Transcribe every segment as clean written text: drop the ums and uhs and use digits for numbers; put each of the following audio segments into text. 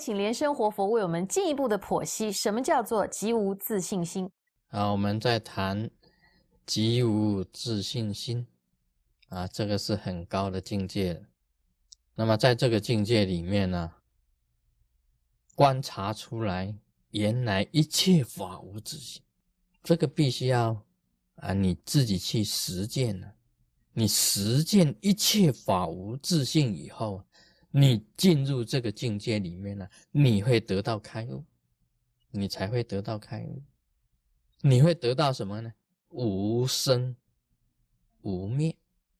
请莲生活佛为我们进一步的剖析，什么叫做极无自信心？ 好，我们在谈极无自信心啊，这个是很高的境界了。那么在这个境界里面呢，观察出来原来一切法无自性，这个必须要你自己去实践了。你实践一切法无自性以后，你进入这个境界里面呢，你会得到开悟，你才会得到开悟。你会得到什么呢？无生无灭，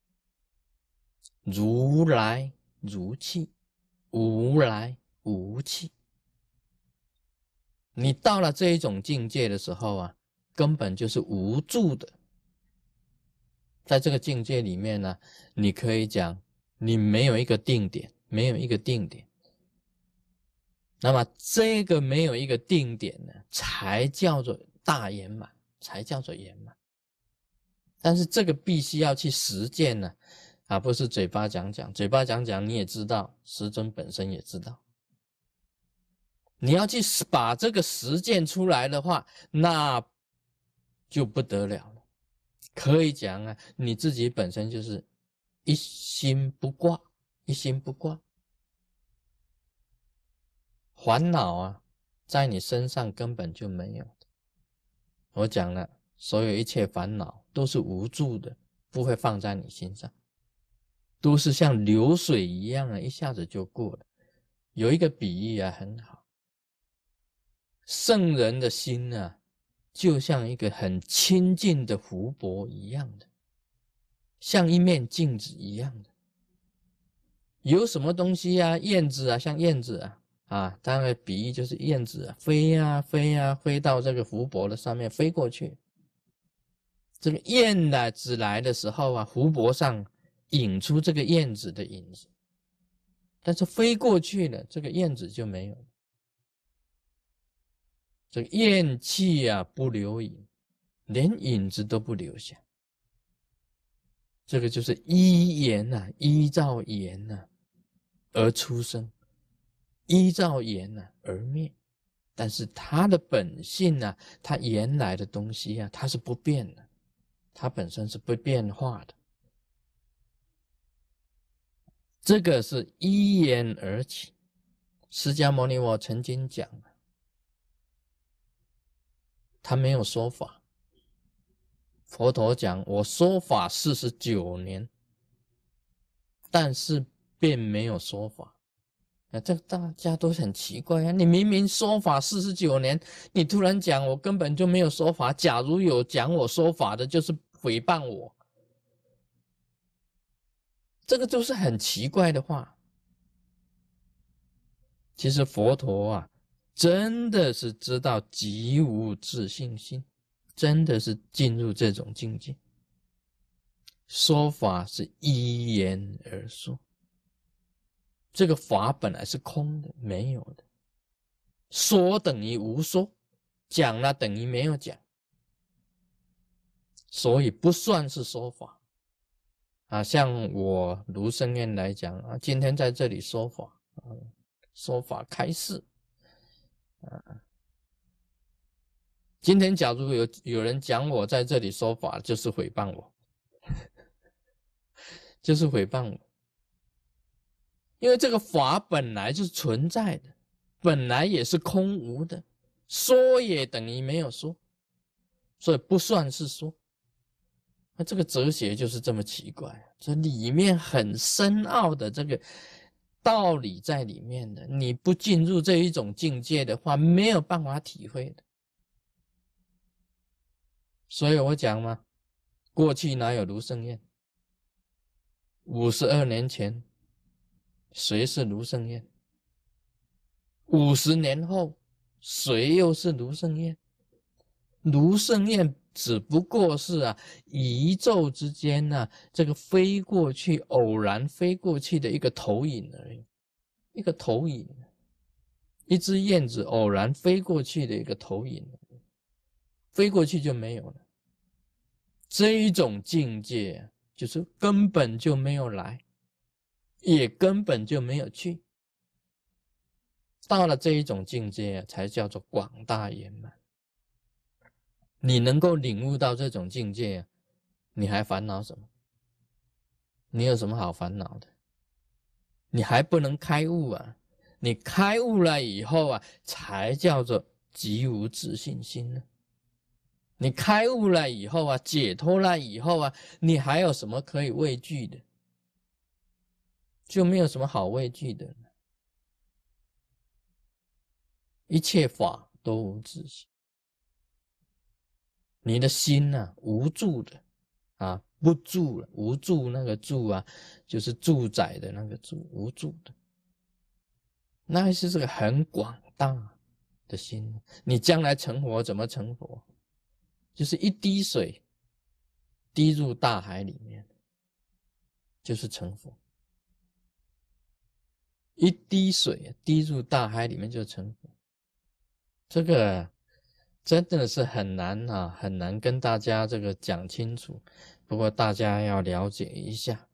如来如去，无来无去。你到了这一种境界的时候啊，根本就是无助的。在这个境界里面呢，你可以讲你没有一个定点，没有一个定点。那么这个没有一个定点呢，才叫做大圆满，才叫做圆满。但是这个必须要去实践呢，不是嘴巴讲讲，嘴巴讲讲你也知道，师尊本身也知道。你要去把这个实践出来的话，那就不得了了。可以讲啊，你自己本身就是一心不挂，一心不挂。烦恼啊，在你身上根本就没有的。我讲了，所有一切烦恼都是无助的，不会放在你心上，都是像流水一样啊，一下子就过了。有一个比喻啊，很好，圣人的心啊，就像一个很清净的湖泊一样的，像一面镜子一样的。有什么东西啊，燕子啊，像燕子啊，它的比喻就是燕子啊，飞啊飞啊，飞到这个湖泊的上面飞过去。这个燕子来的时候啊，湖泊上引出这个燕子的影子，但是飞过去了，这个燕子就没有了。这个燕气啊不留影，连影子都不留下。这个就是依缘啊，依照缘啊而出生，依照缘啊而灭。但是它的本性啊，它原来的东西啊，它是不变的，它本身是不变化的。这个是依缘而起。释迦牟尼我曾经讲，他没有说法。佛陀讲，我说法49年，但是并没有说法。这大家都很奇怪啊！你明明说法49年，你突然讲我根本就没有说法。假如有讲我说法的，就是诽谤我。这个就是很奇怪的话。其实佛陀啊，真的是知道极无自信心，真的是进入这种境界。说法是依言而说，这个法本来是空的，没有的。说等于无说，讲了等于没有讲，所以不算是说法像我卢胜彦来讲今天在这里说法说法开示今天假如有人讲我在这里说法，就是诽谤我就是诽谤我。因为这个法本来就是存在的，本来也是空无的，说也等于没有说，所以不算是说。那这个哲学就是这么奇怪，这里面很深奥的这个道理在里面的，你不进入这一种境界的话，没有办法体会的。所以我讲嘛，过去哪有卢胜彦？52年前谁是卢胜彦？50年后谁又是卢胜彦？卢胜彦只不过是宇宙之间这个飞过去，偶然飞过去的一个投影而已，一个投影，一只燕子偶然飞过去的一个投影，飞过去就没有了。这一种境界就是根本就没有来，也根本就没有去。 到了这一种境界才叫做广大圆满。你能够领悟到这种境界，你还烦恼什么？你有什么好烦恼的？你还不能开悟啊！你开悟了以后啊，才叫做极无自信心呢。你开悟了以后啊，解脱了以后啊，你还有什么可以畏惧的？就没有什么好畏惧的。一切法都无自性，你的心啊，无住的啊，不住了，无住那个住啊，就是住宅的那个住，无住的，那是这个很广大的心。你将来成佛怎么成佛？就是一滴水滴入大海里面，就是成佛。一滴水滴入大海里面就成佛。这个真的是很难啊，很难跟大家这个讲清楚。不过大家要了解一下，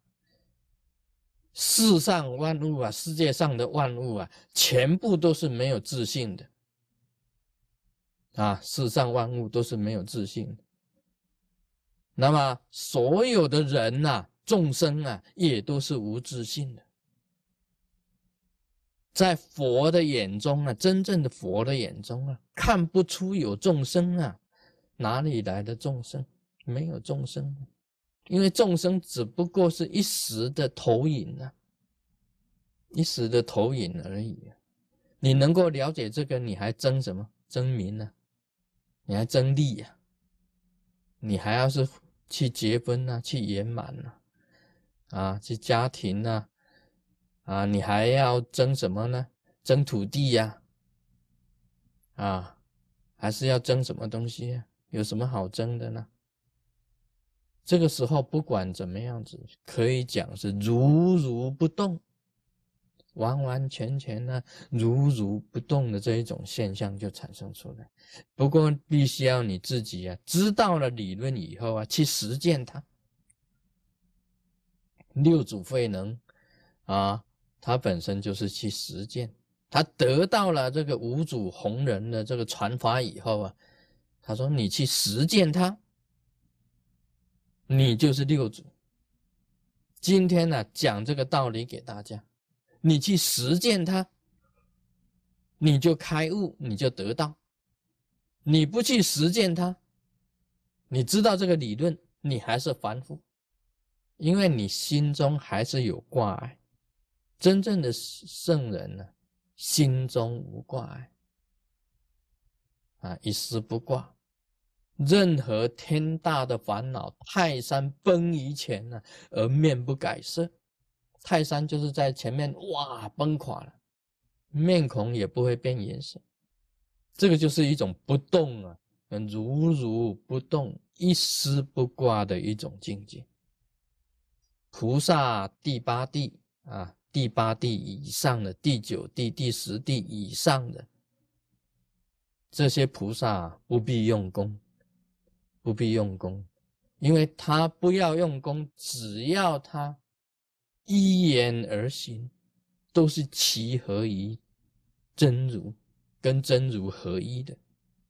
世上万物啊，世界上的万物啊，全部都是没有自性的啊，世上万物都是没有自性的。那么所有的人啊，众生啊，也都是无自性的。在佛的眼中啊，真正的佛的眼中啊，看不出有众生啊，哪里来的众生？没有众生，因为众生只不过是一时的投影啊，一时的投影而已啊。你能够了解这个，你还争什么？争名啊？你还争利啊？你还要是去结婚啊，去圆满啊，去家庭啊，你还要争什么呢？争土地呀，还是要争什么东西啊？有什么好争的呢？这个时候不管怎么样子，可以讲是如如不动，完完全全呢如如不动的这一种现象就产生出来。不过必须要你自己啊，知道了理论以后啊，去实践它。六祖慧能啊，他本身就是去实践，他得到了这个五祖弘忍的这个传法以后啊，他说你去实践它，你就是六祖。今天呢，讲这个道理给大家，你去实践它，你就开悟，你就得到。你不去实践它，你知道这个理论，你还是凡夫，因为你心中还是有挂碍。真正的圣人呢，心中无挂碍一丝不挂。任何天大的烦恼，泰山崩于前呢，而面不改色。泰山就是在前面哇崩垮了，面孔也不会变颜色。这个就是一种不动啊，如如不动，一丝不挂的一种境界。菩萨第八地第八地以上的，第九地、第十地以上的这些菩萨不必用功，不必用功，因为他不要用功，只要他依言而行，都是齐合于真如，跟真如合一的。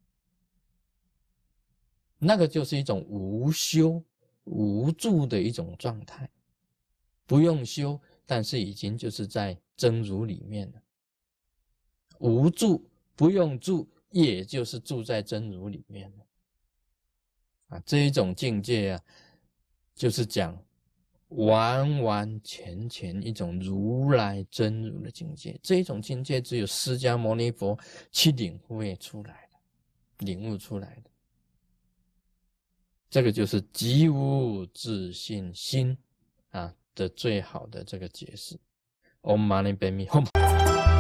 那个就是一种无修无住的一种状态，不用修，但是已经就是在真如里面了。无住不用住，也就是住在真如里面了这一种境界就是讲完完全全一种如来真如的境界。这一种境界只有释迦牟尼佛去领会出来的，领悟出来的。这个就是极无自信心的最好的这个解释。Om Mani Padme Hum。